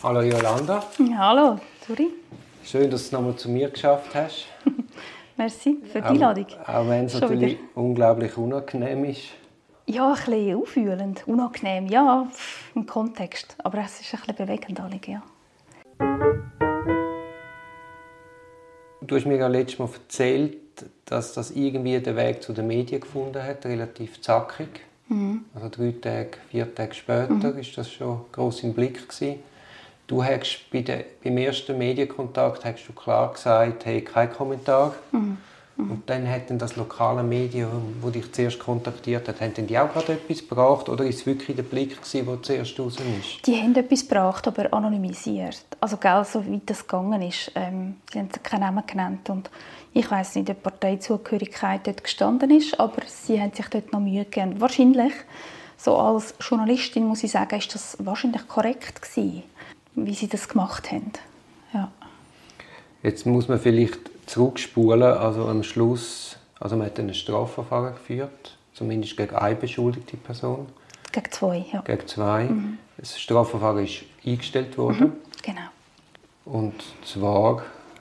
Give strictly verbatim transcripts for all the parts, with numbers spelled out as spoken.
Hallo Jolanda. Hallo, Turi. Schön, dass du es nochmal zu mir geschafft hast. Merci für die Einladung. Auch, auch wenn es Schon natürlich wieder. unglaublich unangenehm ist. Ja, ein bisschen aufwühlend, unangenehm, ja, im Kontext. Aber es ist ein bisschen bewegend, ja. Du hast mir ja letztes Mal erzählt, dass das irgendwie den Weg zu den Medien gefunden hat, relativ zackig. Mhm. Also drei Tage, vier Tage später mhm. ist das schon gross im Blick gewesen. Du hast bei der, beim ersten Medienkontakt hast du klar gesagt, hey, kein Kommentar. Mhm. Mhm. Und dann hat dann das lokale Medium, das dich zuerst kontaktiert hat, haben die auch gerade etwas gebracht? Oder war es wirklich der Blick, der zuerst raus ist? Die haben etwas gebracht, aber anonymisiert. Also genau so weit das gegangen ist. Ähm, sie haben keinen Namen genannt. Und ich weiss nicht, ob die Parteizugehörigkeit dort gestanden ist, aber sie haben sich dort noch Mühe gegeben. Wahrscheinlich, so als Journalistin muss ich sagen, ist das wahrscheinlich korrekt gewesen, wie sie das gemacht haben. Ja. Jetzt muss man vielleicht zurückspulen, also am Schluss, also man hat ein Strafverfahren geführt, zumindest gegen eine beschuldigte Person. Gegen zwei, ja. Gegen zwei. Mhm. Das Strafverfahren ist eingestellt worden. Mhm, genau. Und zwar?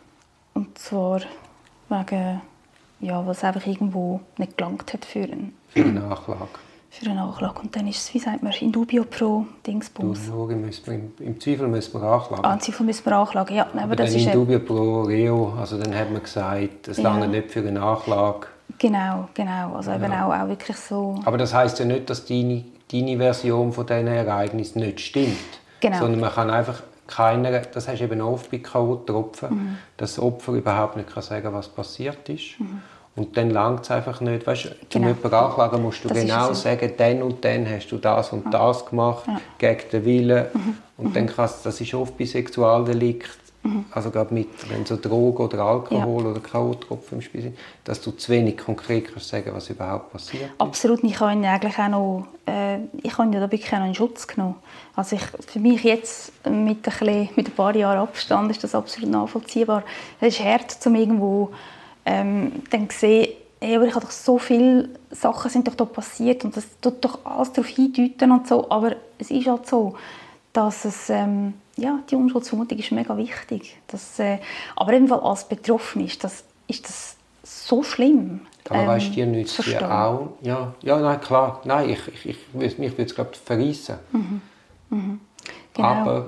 Und zwar wegen, ja, was einfach irgendwo nicht gelangt hat für, ein, für eine Nachlage. Für eine Nachlage. Und dann ist es, wie sagt man, in dubio pro Dingsbums. Im, Im Zweifel müssen wir anklagen. Ah, im Zweifel müssen wir anklagen, ja. Aber, aber das dann ist in dubio pro reo, also dann hat man gesagt, es ja. lange nicht für eine Nachlage. Genau, genau. Also eben ja. auch, auch wirklich so. Aber das heisst ja nicht, dass deine, deine Version von diesen Ereignissen nicht stimmt. Genau. Sondern man kann einfach keiner, das hast du eben oft bei K O-Tropfen, mhm. dass das Opfer überhaupt nicht sagen kann, was passiert ist. Mhm. Und dann langt es einfach nicht. Weißt, genau. Um jemanden anklagen musst du das genau so. sagen, dann und dann hast du das und ja. das gemacht, ja. gegen den Willen. Mhm. Und mhm. dann kannst, das ist oft bei Sexualdelikt, mhm. also gerade mit, wenn so Drogen oder Alkohol ja. oder K O-Tropfen im Spiel sind, dass du zu wenig konkret kannst sagen, was überhaupt passiert ist. Absolut. Ich habe ihn eigentlich auch noch, äh, ich habe ihn da wirklich auch noch in Schutz genommen. Also ich, für mich jetzt mit ein, bisschen, mit ein paar Jahren Abstand ist das absolut nachvollziehbar. Es ist hart, um irgendwo Ähm, dann gesehen, hey, aber ich habe doch so viele Sachen sind doch da passiert und das tut doch alles darauf hindeuten und so, aber es ist halt so, dass es, ähm, ja, die Unschuldsvermutung ist mega wichtig. Dass, äh, aber eben, weil als Betroffene ist das, ist das so schlimm. Aber ähm, weißt du, dir nützt ja auch, ja, ja, nein, klar, nein, ich, ich, ich, mich würde es, glaube ich, verreissen. Mhm. Mhm. Genau. Aber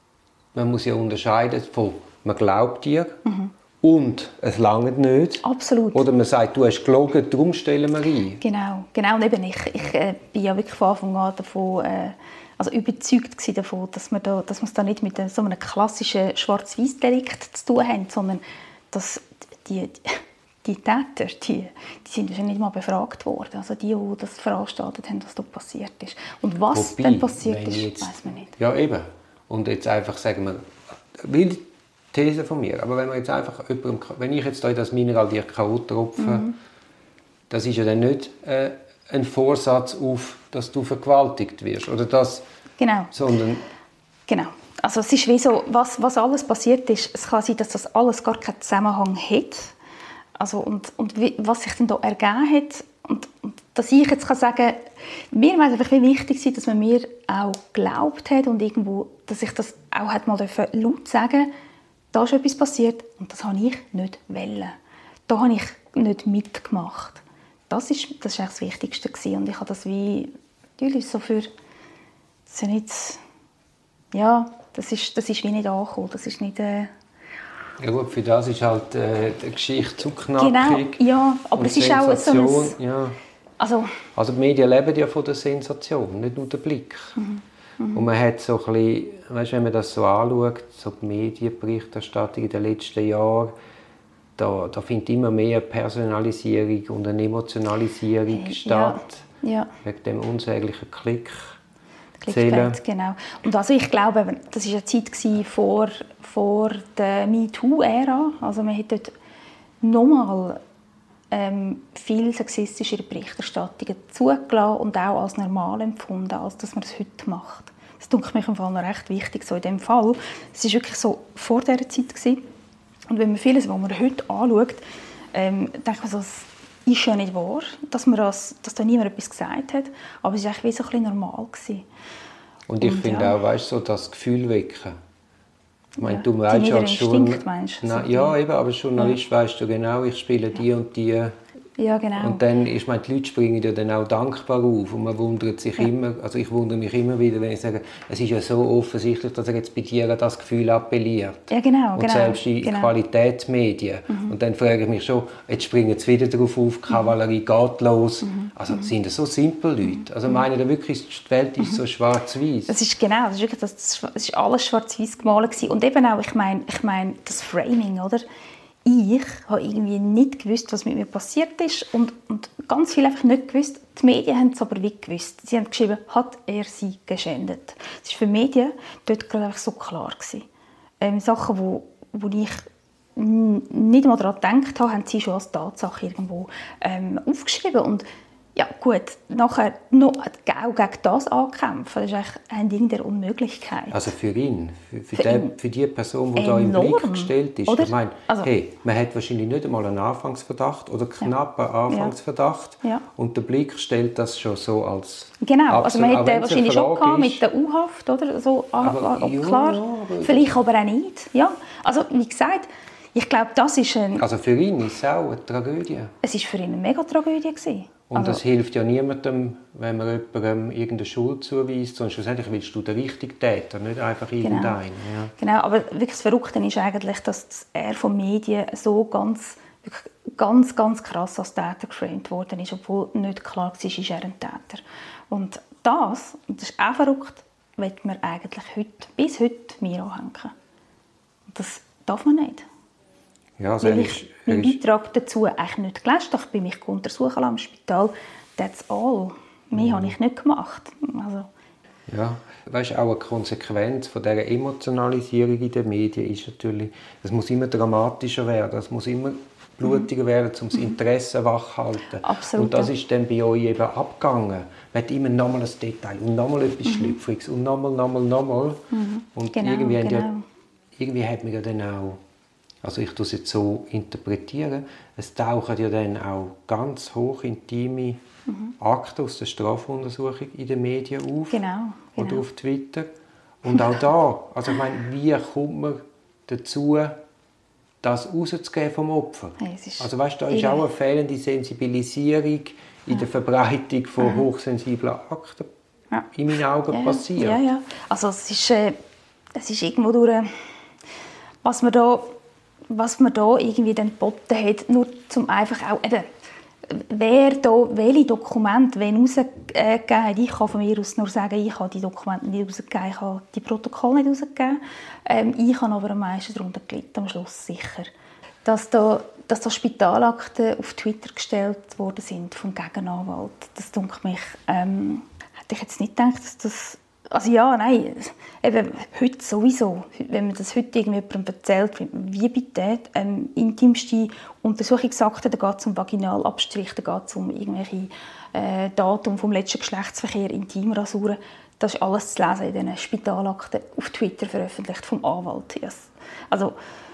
man muss ja unterscheiden von, man glaubt dir, mhm. und es langt nicht. Absolut. Oder man sagt, du hast gelogen, darum stellen wir ein. Genau, genau. Und eben ich, ich äh, bin ja wirklich von Anfang an davon, äh, also überzeugt davon, dass wir da, dass wir es da nicht mit so einem klassischen Schwarz-Weiß-Delikt zu tun haben, sondern dass die, die Täter, die, die sind ja nicht mal befragt worden. Also die, die das veranstaltet haben, was da passiert ist. Und was Wobei, dann passiert ist, jetzt, weiß man nicht. Ja, eben. Und jetzt einfach sagen wir, will These von mir. Aber wenn wir jetzt einfach jemandem, wenn ich jetzt das Mineral dir K O-Tropfen, mhm. das ist ja dann nicht äh, ein Vorsatz auf, dass du vergewaltigt wirst, oder das, genau. sondern genau. Also es ist wie so, was, was alles passiert ist, es kann sein, dass das alles gar keinen Zusammenhang hat. Also und, und wie, was sich dann da ergeben hat und, und dass ich jetzt kann sagen, mir war es einfach wichtig, dass man mir auch geglaubt hat und irgendwo, dass ich das auch hat mal laut sagen, da ist etwas passiert und das wollte ich nicht wollen. Da habe ich nicht mitgemacht. Das ist, das ist das Wichtigste gewesen. Und ich habe das wie, natürlich so für, das ist nicht, ja, das ist, das ist wie nicht angekommen. Das ist nicht, äh ja gut, für das ist halt äh, die Geschichte zu knackig. Genau, ja, aber es ist auch so ein, ja. also, also die Medien leben ja von der Sensation, nicht nur der Blick. Mhm. Mhm. Und man hat so ein bisschen, weißt, wenn man das so anschaut, so die Medienberichterstattung in den letzten Jahren, da, da findet immer mehr Personalisierung und eine Emotionalisierung hey, statt. Ja, ja. Wegen dem unsäglichen Klick. Clickbait, genau. Und also ich glaube, das war eine Zeit vor, vor der MeToo-Ära. Also man hat dort nochmal ähm, viel sexistische Berichterstattungen zugelassen und auch als normal empfunden, als dass man das heute macht. Das denke ich mir im Fall noch recht wichtig, so in dem Fall. Es war wirklich so vor dieser Zeit gewesen. Und wenn man vieles, was man heute anschaut, ähm, denkt man so, es ist ja nicht wahr, dass, man das, dass da niemand etwas gesagt hat, aber es war eigentlich wie so ein bisschen normal gewesen. Und ich und, finde ja. auch, weißt, so das Gefühl wecken. Ich meine, ja. du weißt die als Instinkt, meinst du? Na, ja, eben, aber als Journalist ja. weißt du genau, ich spiele die ja. und die. Ja, genau. Und dann, ich meine, die Leute springen ja dann auch dankbar auf und man wundert sich ja. immer, also ich wundere mich immer wieder, wenn ich sage, es ist ja so offensichtlich, dass er jetzt bei dir das Gefühl appelliert. Ja, genau, und genau. selbst in genau. Qualitätsmedien. Mhm. Und dann frage ich mich schon, jetzt springen sie wieder darauf auf, die Kavallerie geht los. Mhm. Also sind das so simple Leute? Also meine da wirklich, die Welt ist mhm. so schwarz-weiß. Das ist genau, das ist wirklich, das, das ist alles schwarz-weiß gemalt gewesen. Und eben auch, ich meine, ich meine, das Framing, oder? Ich habe irgendwie nicht gewusst, was mit mir passiert ist und, und ganz viel einfach nicht gewusst. Die Medien haben es aber wie gewusst. Sie haben geschrieben, hat er sie geschändet. Das war für die Medien dort gerade einfach so klar gewesen. Ähm, Sachen, wo, wo ich nicht mal daran gedacht habe, haben sie schon als Tatsache irgendwo ähm, aufgeschrieben. Und ja gut, nachher noch auch gegen das ankämpfen, das ist eigentlich ein Ding der Unmöglichkeit. Also für ihn, für, für, für, die, ihn. für die Person, die da im Blick gestellt ist. Oder? Ich meine, also, hey, man hat wahrscheinlich nicht einmal einen Anfangsverdacht oder knapp einen Anfangsverdacht ja. und der Blick stellt das schon so als genau, also man hätte wahrscheinlich schon gehabt ist. mit der U-Haft, oder? So, aber, ob ja, klar, aber vielleicht aber auch nicht. Ja, also wie gesagt, ich glaube, das ist ein... Also für ihn ist es auch eine Tragödie. Es war für ihn eine Mega-Tragödie gewesen. Und also, das hilft ja niemandem, wenn man jemandem irgendeine Schuld zuweist, sondern schlussendlich willst du den richtigen Täter, nicht einfach irgendeinen. Genau, ja. genau, aber wirklich das Verrückte ist eigentlich, dass er von Medien so ganz, ganz, ganz krass als Täter geframed worden ist, obwohl nicht klar war, ist er ein Täter. Und das, und das ist auch verrückt, wird man eigentlich heute, bis heute mir anhängen. Und das darf man nicht. Ja, also weil ich ist, meinen ist... Beitrag dazu eigentlich nicht geleistet habe. Ich bin mich untersuchen lassen im Spital. That's all. Mehr mhm. habe ich nicht gemacht. Also. Ja, weißt, auch eine Konsequenz von dieser Emotionalisierung in den Medien ist natürlich, es muss immer dramatischer werden, es muss immer blutiger mhm. werden, um das Interesse mhm. wachhalten. Absolut. Und das ist dann bei euch eben abgegangen. Man hat immer nochmal ein Detail und nochmal etwas mhm. Schlüpfriges und nochmal, nochmal, nochmal. Mhm. Und genau, irgendwie, genau. Ja, irgendwie hat man ja dann auch, also ich tue es jetzt so interpretieren, es tauchen ja dann auch ganz hoch intime mhm. Akte aus der Strafuntersuchung in den Medien auf. Genau, genau. Oder auf Twitter. Und auch da, also ich meine, wie kommt man dazu, das rauszugeben vom Opfer? Hey, ist also weißt, da ist auch eine fehlende Sensibilisierung in ja. der Verbreitung von ja. hochsensiblen Akten ja. in meinen Augen ja. passiert. Ja, ja. Also es ist, äh, es ist irgendwo durch, was man da was man da irgendwie dann geboten hat, nur zum einfach auch, eben, wer da welche Dokumente wen rausgegeben hat. Ich kann von mir aus nur sagen, ich habe die Dokumente nicht rausgegeben, ich habe die Protokolle nicht rausgegeben. Ähm, ich habe aber am meisten darunter gelitten, am Schluss sicher. Dass da, dass da Spitalakten auf Twitter gestellt worden sind vom Gegenanwalt, das dunkelt mich, ähm, hätte ich jetzt nicht gedacht, dass das Also ja, nein, eben heute sowieso. Wenn man das heute jemandem erzählt, wie bitte, ähm, intimste Untersuchungsakte, da geht es um Vaginalabstrich, da geht es um irgendwelche äh, Daten vom letzten Geschlechtsverkehr, Intimrasuren. Das ist alles zu lesen in diesen Spitalakten auf Twitter veröffentlicht vom Anwalt. Yes. Also,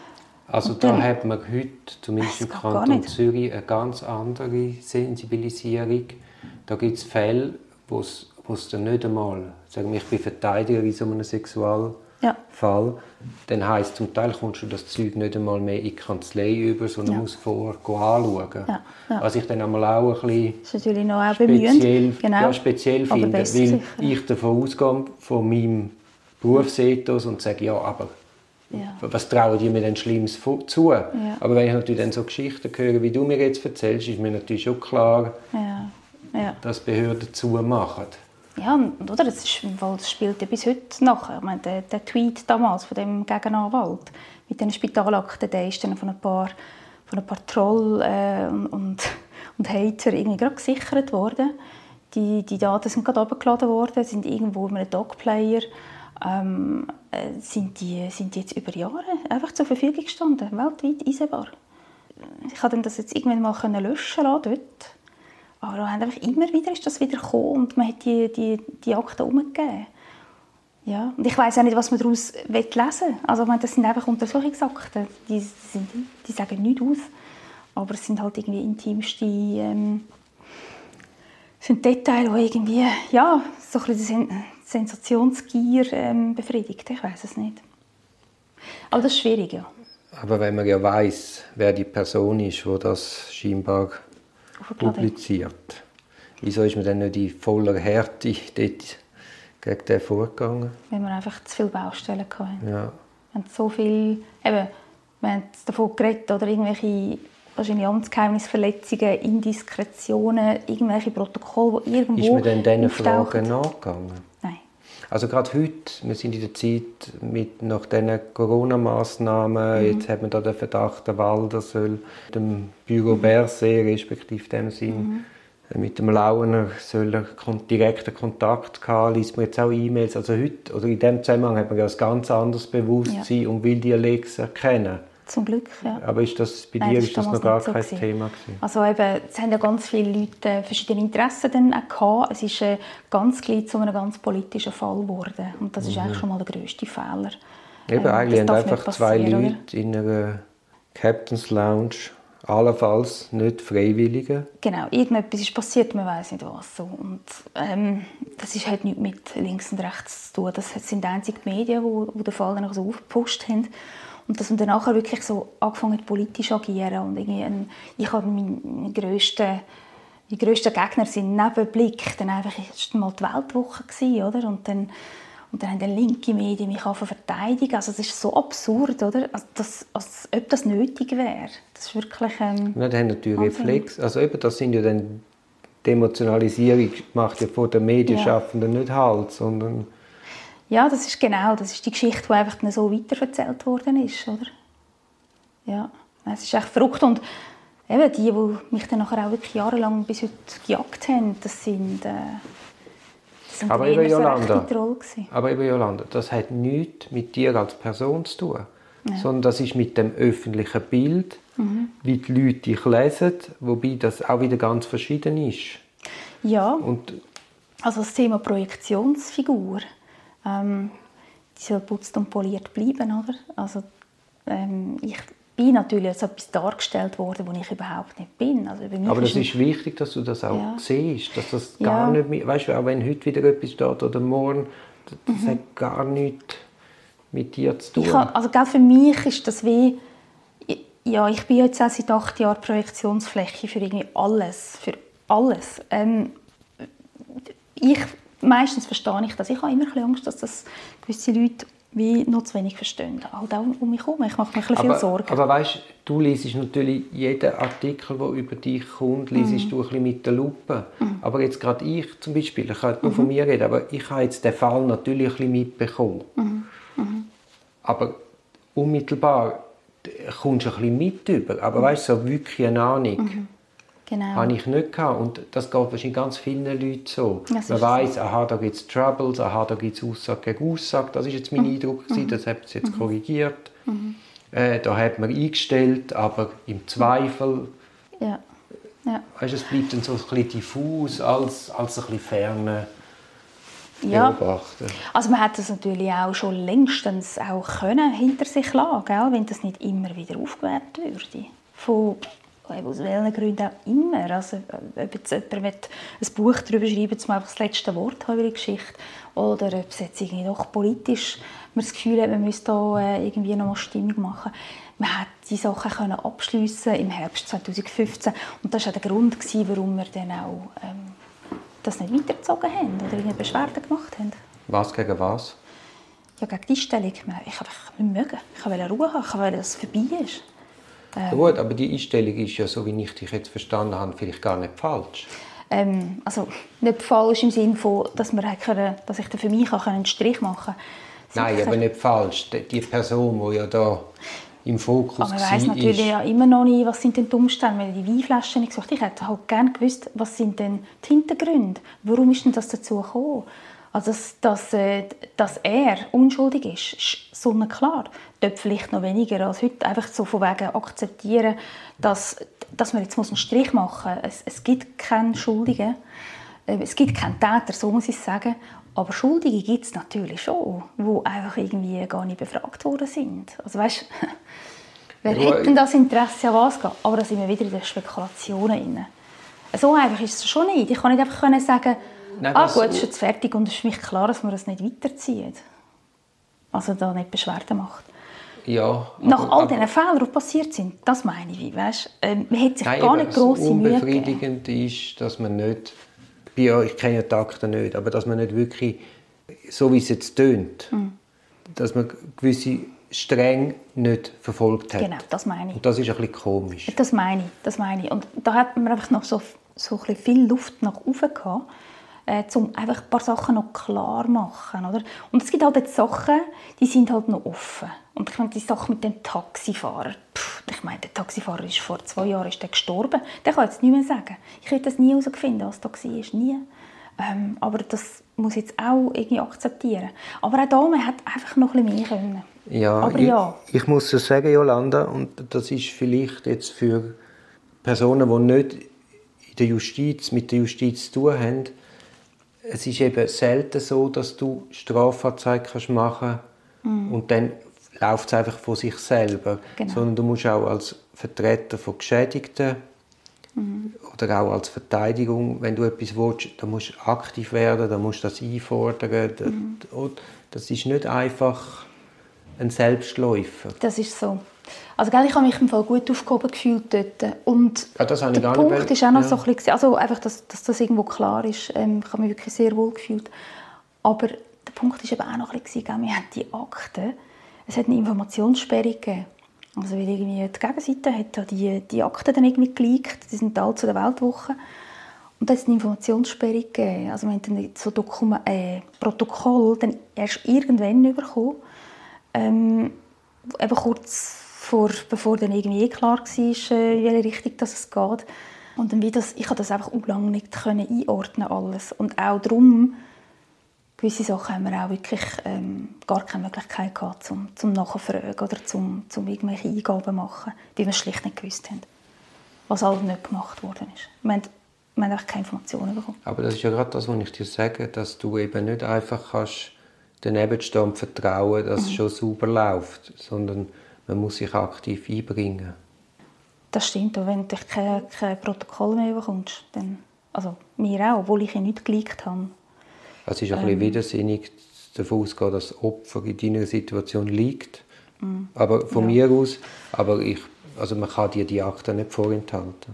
also da dann, hat man heute, zumindest im Kanton Zürich, eine ganz andere Sensibilisierung. Da gibt es Fälle, wo es wo es dann nicht einmal, sagen wir, ich bin Verteidiger in so einem Sexualfall, ja. dann heisst zum Teil, kommst du das Zeug nicht einmal mehr in die Kanzlei über, sondern ja. musst vorher anschauen. Ja. Ja. Was ich dann einmal auch ein bisschen das ist natürlich noch auch speziell, genau. ja, speziell finde, weil sicher. ich davon ausgehe, von meinem Berufsethos und sage, ja, aber ja. was trauen die mir denn Schlimmes zu? Ja. Aber wenn ich natürlich dann so Geschichten höre, wie du mir jetzt erzählst, ist mir natürlich schon klar, ja. Ja. dass Behörden zumachen. Ja, oder? Das, ist, das spielt ja bis heute nachher. Ich meine, der, der Tweet damals von dem Gegenanwalt mit den Spitalakten, der ist dann von ein paar, von ein paar Troll äh, und, und, und Hater irgendwie gerade gesichert worden. Die, die Daten sind gerade abgeladen worden, sind irgendwo in einem Dogplayer. Ähm, äh, sind, die, sind die jetzt über Jahre einfach zur Verfügung gestanden, weltweit einsehbar. Ich konnte das jetzt irgendwann mal löschen lassen dort. Aber einfach immer wieder ist das wieder gekommen und man hat die, die, die Akten umgegeben. Ja. Und ich weiss auch nicht, was man daraus lesen will. Also, ich meine, das sind einfach Untersuchungsakten. Die, sind, die sagen nichts aus. Aber es sind halt irgendwie intimste ähm, sind Details, die irgendwie ja, so ein bisschen Sensationsgier ähm, befriedigt. Ich weiss es nicht. Aber das ist schwierig, ja. Aber wenn man ja weiss, wer die Person ist, die das scheinbar publiziert, wieso ist man dann nicht in voller Härte dort gegen den vorgegangen? Weil wir einfach zu viele Baustellen hatten. Ja. Wir haben so viel, eben, wir haben davon geredet, oder irgendwelche wahrscheinlich Amtsgeheimnisverletzungen, Indiskretionen, irgendwelche Protokolle, die irgendwo Ist man denn diesen auftauchen. Fragen nachgegangen? Nein. Also gerade heute, wir sind in der Zeit mit nach diesen Corona-Massnahmen, mhm. jetzt hat man da den Verdacht, der Walder soll dem Büro mhm. Berset, respektive dem Sinn, mhm. mit dem Launer soll er direkten Kontakt haben, liest man jetzt auch E-Mails. Also heute, oder in diesem Zusammenhang hat man ja ein ganz anderes Bewusstsein ja. und will die Lex erkennen. Zum Glück, ja. Aber ist das, bei Nein, dir das ist das noch gar so kein gewesen. Thema gewesen? Also eben, es haben ja ganz viele Leute verschiedene Interessen dann auch gehabt. Es ist äh, ganz gleich zu einem ganz politischen Fall geworden. Und das ist mhm. eigentlich schon mal der grösste Fehler. Eben, ähm, eigentlich haben einfach zwei Leute oder? in einer Captain's Lounge, allenfalls nicht Freiwillige. Genau, irgendetwas ist passiert, man weiß nicht was. So. Und ähm, das ist halt nichts mit links und rechts zu tun. Das sind die einzigen Medien, die, die den Fall dann so aufgepusht haben. Und dass man dann nachher wirklich so angefangen hat, politisch zu agieren. Und irgendwie ein, ich habe meine grössten, meine grössten Gegner sind neben Blick dann einfach erst mal die Weltwoche gewesen, oder? Und dann, und dann haben dann linke Medien mich verteidigen. Also das ist so absurd, oder? Also das, als ob das nötig wäre. Das ist wirklich... Ähm, ja, die haben natürlich Reflex. Also eben, das sind ja dann... Die Emotionalisierung macht ja von den Medienschaffenden ja. nicht Halt, sondern... Ja, das ist genau, das ist die Geschichte, die einfach nicht so weiterverzählt worden ist, oder? Ja, es ist echt verrückt. Und eben die, die mich dann nachher auch wirklich jahrelang bis heute gejagt haben, das sind, äh, das sind aber eben Jolanda, Rolle aber eben Jolanda, das hat nichts mit dir als Person zu tun, ja. sondern das ist mit dem öffentlichen Bild, mhm. wie die Leute dich lesen, wobei das auch wieder ganz verschieden ist. Ja, und also das Thema Projektionsfigur, Ähm, die soll putzt und poliert bleiben, oder? Also, ähm, ich bin natürlich als etwas dargestellt worden, wo ich überhaupt nicht bin. Also, aber das ist wichtig, dass du das auch ja. siehst, dass das ja. gar nicht mit, weißt du, auch wenn heute wieder etwas steht oder morgen, das, das mhm. hat gar nichts mit dir zu tun. Ich habe, also für mich ist das wie, ja, ich bin jetzt auch seit acht Jahren Projektionsfläche für irgendwie alles, für alles. Ähm, ich Meistens verstehe ich das. Ich habe immer ein bisschen Angst, dass das gewisse Leute wie noch zu wenig verstehen. Halt auch um mich herum. Ich mache mir ein bisschen aber, viel Sorgen. Aber weißt, du liest natürlich jeden Artikel, der über dich kommt, liest mm. du ein bisschen mit der Lupe. Mm. Aber jetzt gerade ich zum Beispiel, ich kann nur mm. von mir reden, aber ich habe jetzt den Fall natürlich ein bisschen mitbekommen. Mm. Mm. Aber unmittelbar kommst du ein bisschen mit über. Aber mm. weißt, so wirklich eine Ahnung. Mm. Genau. Habe ich nicht gehabt. Und das geht wahrscheinlich ganz vielen Leuten so. Das Man weiss, aha, da gibt es Troubles, aha, da gibt es Aussage gegen Aussage. Das war jetzt mein mhm. Eindruck, gewesen, das hat es jetzt mhm. korrigiert. Mhm. Äh, da hat man eingestellt, aber im Zweifel... Ja. Ja. Weißt, es bleibt dann so ein bisschen diffus, als, als ein bisschen ferne ja. Beobachter. Also man hätte das natürlich auch schon längstens auch können hinter sich lassen, gell? Wenn das nicht immer wieder aufgewärmt würde. Von... aus welchen Gründen auch immer. Also, ob jetzt jemand ein Buch darüber schreibt, um einfach das letzte Wort haben über die Geschichte, oder ob es jetzt irgendwie doch politisch man das Gefühl hat, man müsste da äh, irgendwie noch mal Stimmung machen. Man hat die Sachen können abschliessen im Herbst zweitausendfünfzehn und das war auch der Grund, warum wir dann auch ähm, das nicht weitergezogen haben oder irgendeine Beschwerden gemacht haben. Was gegen was? Ja, gegen die Einstellung. Ich wollte einfach nicht mögen. Ich wollte Ruhe haben, ich wollte, dass es vorbei ist. Ähm, Gut, aber die Einstellung ist ja, so wie ich dich jetzt verstanden habe, vielleicht gar nicht falsch. Ähm, also nicht falsch im Sinne von, dass, wir können, dass ich für mich auch einen Strich machen kann. Nein, aber nicht falsch. Die Person, die ja da im Fokus war, aber man weiss natürlich ist... ja immer noch nicht, was sind denn die Umstände, wenn die Weinflaschen nicht gesucht. Ich hätte halt gerne gewusst, was sind denn die Hintergründe? Warum ist denn das dazu gekommen? Also, dass, dass, äh, dass er unschuldig ist, ist sonnenklar. Dort vielleicht noch weniger als heute. Einfach so von wegen akzeptieren, dass, dass man jetzt einen Strich machen muss. Es, es gibt keinen Schuldigen. Es gibt keinen Täter, so muss ich sagen. Aber Schuldige gibt es natürlich schon, die einfach irgendwie gar nicht befragt worden sind. Also weißt, wer ja, hätte denn das Interesse an was gehen? Aber da sind wir wieder in den Spekulationen drin. So einfach ist es schon nicht. Ich kann nicht einfach sagen, Nein, ah gut, es ist jetzt fertig und es ist für mich klar, dass man das nicht weiterzieht. Also da nicht Beschwerden macht. Ja, Nach aber, all aber, diesen Fehlern, die passiert sind, das meine ich. Weißt? Ähm, man hat sich nein, gar nicht grosse Mühe gegeben. unbefriedigend ist, dass man nicht, ja, ich kenne die Akten nicht, aber dass man nicht wirklich, so wie es jetzt tönt, mhm. dass man gewisse streng nicht verfolgt hat. Genau, das meine ich. Und das ist ein bisschen komisch. Das meine ich, das meine ich. Und da hat man einfach noch so, so ein bisschen viel Luft nach oben gehabt, äh, um einfach ein paar Sachen noch klar zu machen, oder? Und es gibt halt jetzt Sachen, die sind halt noch offen. Und ich meine, die Sache mit dem Taxifahrer. Pff, ich meine, der Taxifahrer ist vor zwei Jahren ist der gestorben. Der kann jetzt nichts mehr sagen. Ich hätte das nie herausgefunden, was da war. Nie. Ähm, aber das muss ich jetzt auch irgendwie akzeptieren. Aber auch da, man hat einfach noch ein bisschen mehr können. Ja, aber ja. Ich, ich muss es sagen, Jolanda, und das ist vielleicht jetzt für Personen, die nicht in der Justiz, mit der Justiz zu tun haben, es ist eben selten so, dass du Strafanzeige machen kannst mm. und dann läuft es einfach von sich selber. Genau. Sondern du musst auch als Vertreter von Geschädigten mm. oder auch als Verteidigung, wenn du etwas willst, dann musst du aktiv werden, dann musst du das einfordern. Mm. Das ist nicht einfach ein Selbstläufer. Das ist so. Also, gell, ich habe mich im Fall gut aufgehoben gefühlt dort. Und ja, das der gar Punkt nicht ist auch noch ja. so ein bisschen, also einfach, dass, dass das irgendwo klar ist. Ähm, ich habe mich wirklich sehr wohl gefühlt. Aber der Punkt ist eben auch noch ein bisschen, gell, wir haben die Akten, es hat eine Informationssperre gegeben. Also, weil irgendwie die Gegenseite hat die, die Akten dann irgendwie geleakt, die sind alle zu der Weltwoche. Und da hat es eine Informationssperre gegeben. Also, wir haben dann so Dokument, äh, Protokoll dann erst irgendwann bekommen. Ähm, eben kurz vor, bevor dann irgendwie klar war, in welche Richtung es geht. Und dann wie das, ich konnte das einfach auch lange nicht einordnen alles. Und auch darum, gewisse Sachen haben wir auch wirklich ähm, gar keine Möglichkeit gehabt, zum, zum Nachfragen oder zum, zum irgendwelche Eingaben zu machen, weil wir schlicht nicht gewusst haben, was alles nicht gemacht worden ist. Wir haben, wir haben einfach keine Informationen bekommen. Aber das ist ja gerade das, was ich dir sage, dass du eben nicht einfach kannst daneben stehen und vertrauen, dass mhm. es schon sauber läuft, sondern man muss sich aktiv einbringen. Das stimmt, und wenn du kein, kein Protokoll mehr bekommst, dann, also mir auch, obwohl ich ihn nicht geleakt habe. Es ist ein ähm, bisschen widersinnig, davon auszugehen, dass das Opfer in deiner Situation liegt. Mhm. Aber von ja. mir aus, aber ich, also man kann dir die Akten nicht vorenthalten.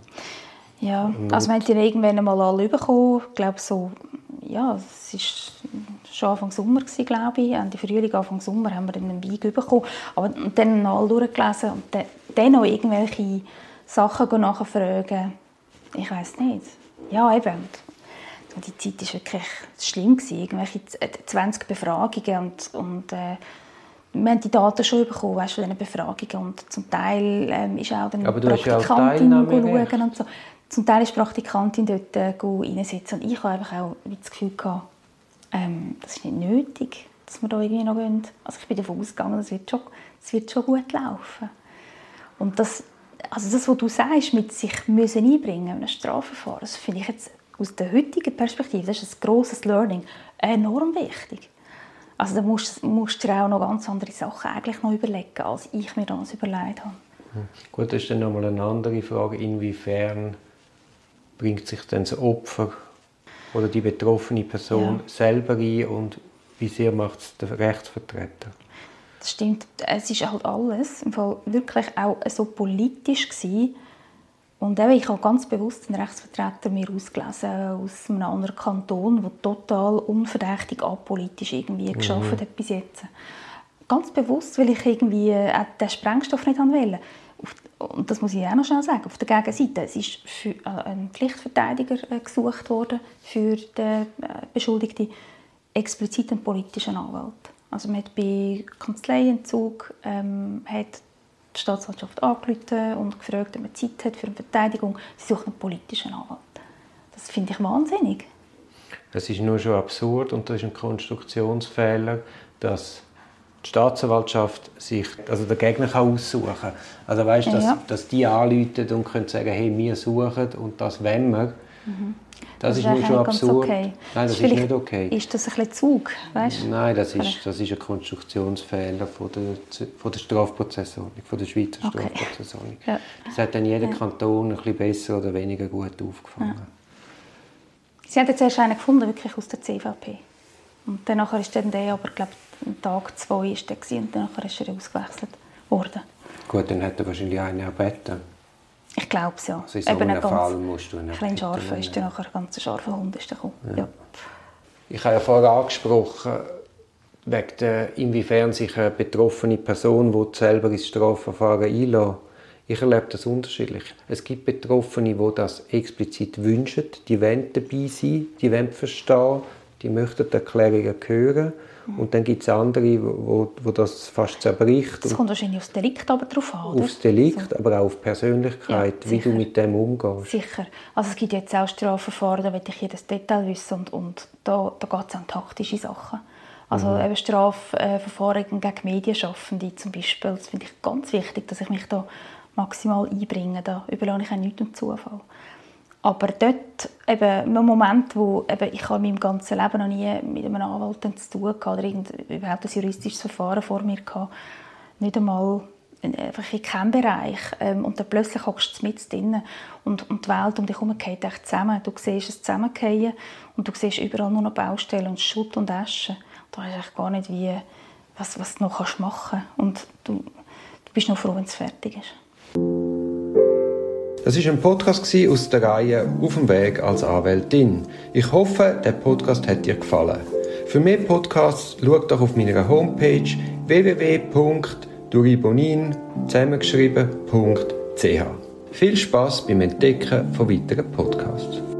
Ja, und also wir haben die irgendwann einmal alle bekommen. Ich glaube so, ja, es war schon Anfang Sommer, glaube ich. Ende Frühling, Anfang Sommer haben wir dann einen Wein bekommen. Aber dann noch alle durchgelesen und dann, dann noch irgendwelche Sachen nachfragen. Ich weiss nicht. Ja, eben. Und die Zeit war wirklich schlimm. Irgendwelche zwanzig Befragungen. Und, und äh, wir haben die Daten schon bekommen, weißt, von diesen Befragungen. Und zum Teil ähm, ist auch dann aber Praktikantin schauen und so. Zum Teil ist die Praktikantin dort äh, reinsitzen. Und ich habe einfach auch das Gefühl gehabt, ähm, das ist nicht nötig, dass wir da irgendwie noch gehen. Also ich bin davon ausgegangen, es wird schon, es wird schon gut laufen. Und das, also das, was du sagst, mit sich müssen einbringen in einem Strafverfahren, das finde ich jetzt aus der heutigen Perspektive, das ist ein grosses Learning, enorm wichtig. Also da musst, musst du dir auch noch ganz andere Sachen eigentlich noch überlegen, als ich mir das überlegt habe. Gut, das ist dann nochmal eine andere Frage, inwiefern bringt sich dann das Opfer oder die betroffene Person ja. selber ein und wie sehr macht es der Rechtsvertreter? Das stimmt, es ist halt alles im Fall wirklich auch so politisch gewesen. Und eben, ich habe ganz bewusst einen Rechtsvertreter mir ausgelesen aus einem anderen Kanton, der total unverdächtig apolitisch irgendwie mhm. gearbeitet hat bis jetzt. Ganz bewusst, weil ich irgendwie auch den Sprengstoff nicht wollte. Und das muss ich auch noch schnell sagen, auf der Gegenseite, es ist für ein Pflichtverteidiger gesucht worden für den Beschuldigten, explizit einen politischen Anwalt. Also man hat bei Kanzleientzug ähm, hat die Staatsanwaltschaft angerufen und gefragt, ob man Zeit hat für eine Verteidigung. Sie suchen einen politischen Anwalt. Das finde ich wahnsinnig. Es ist nur schon absurd und das ist ein Konstruktionsfehler, dass die Staatsanwaltschaft sich also den Gegner kann aussuchen kann. Also weißt, dass, ja. dass die anrufen und können sagen, hey, wir suchen und das wollen wir. Mhm. Das, das ist nur schon absurd. Okay. Nein, das ist nicht okay. Ist das ein bisschen Zug? Weißt? Nein, das ist, das ist ein Konstruktionsfehler von der, von der Strafprozessordnung, von der Schweizer okay. Strafprozessordnung. Ja. Das hat dann jeder ja. Kanton ein bisschen besser oder weniger gut aufgefangen. Ja. Sie haben jetzt erst einen gefunden, wirklich aus der C V P. Und danach ist dann der, aber glaube Tag zwei ist der und danach ist er ausgewechselt. worden. Gut, dann hat er wahrscheinlich einen erbeten. Ich glaube es, ja. Also in so Eben einem ganz, Fall musst du einen ein kleiner scharfer ist dann nachher, ein ganz scharfer Hund ist gekommen. Ja. Ja. Ich habe ja vorher angesprochen, wegen der, inwiefern sich eine betroffene Person, die selber ins Strafverfahren einlässt. Ich erlebe das unterschiedlich. Es gibt Betroffene, die das explizit wünschen, die wollen dabei sein, die wollen verstehen, die möchten die Erklärungen hören. Mhm. Und dann gibt es andere, wo, wo das fast zerbricht. Es kommt wahrscheinlich aufs Delikt aber drauf an, oder? Aufs Delikt, so. Aber auch auf die Persönlichkeit, ja, wie du mit dem umgehst. Sicher. Also es gibt jetzt auch Strafverfahren, da will ich jedes Detail wissen und, und da, da geht es um taktische Sachen. Also mhm. eben Strafverfahren gegen Medienschaffende zum Beispiel, das finde ich ganz wichtig, dass ich mich da maximal einbringe. Da überlasse ich auch nichts dem Zufall. Aber dort, eben, im Moment, wo eben, ich in meinem ganzen Leben noch nie mit einem Anwalt zu tun hatte oder überhaupt ein juristisches Verfahren vor mir hatte, nicht einmal einfach in keinem Bereich. Ähm, und dann plötzlich hockst du mit drin und, und die Welt um dich herum geht echt zusammen. Du siehst es zusammenfallen und du siehst überall nur noch Baustellen und Schutt und Asche. Da weißt du gar nicht, wie, was, was du noch machen kannst. Und du, du bist nur froh, wenn es fertig ist. Das war ein Podcast aus der Reihe «Auf dem Weg als Anwältin». Ich hoffe, der Podcast hat dir gefallen. Für mehr Podcasts schau doch auf meiner Homepage w w w punkt duribonin zusammengeschrieben punkt c h. Viel Spass beim Entdecken von weiteren Podcasts.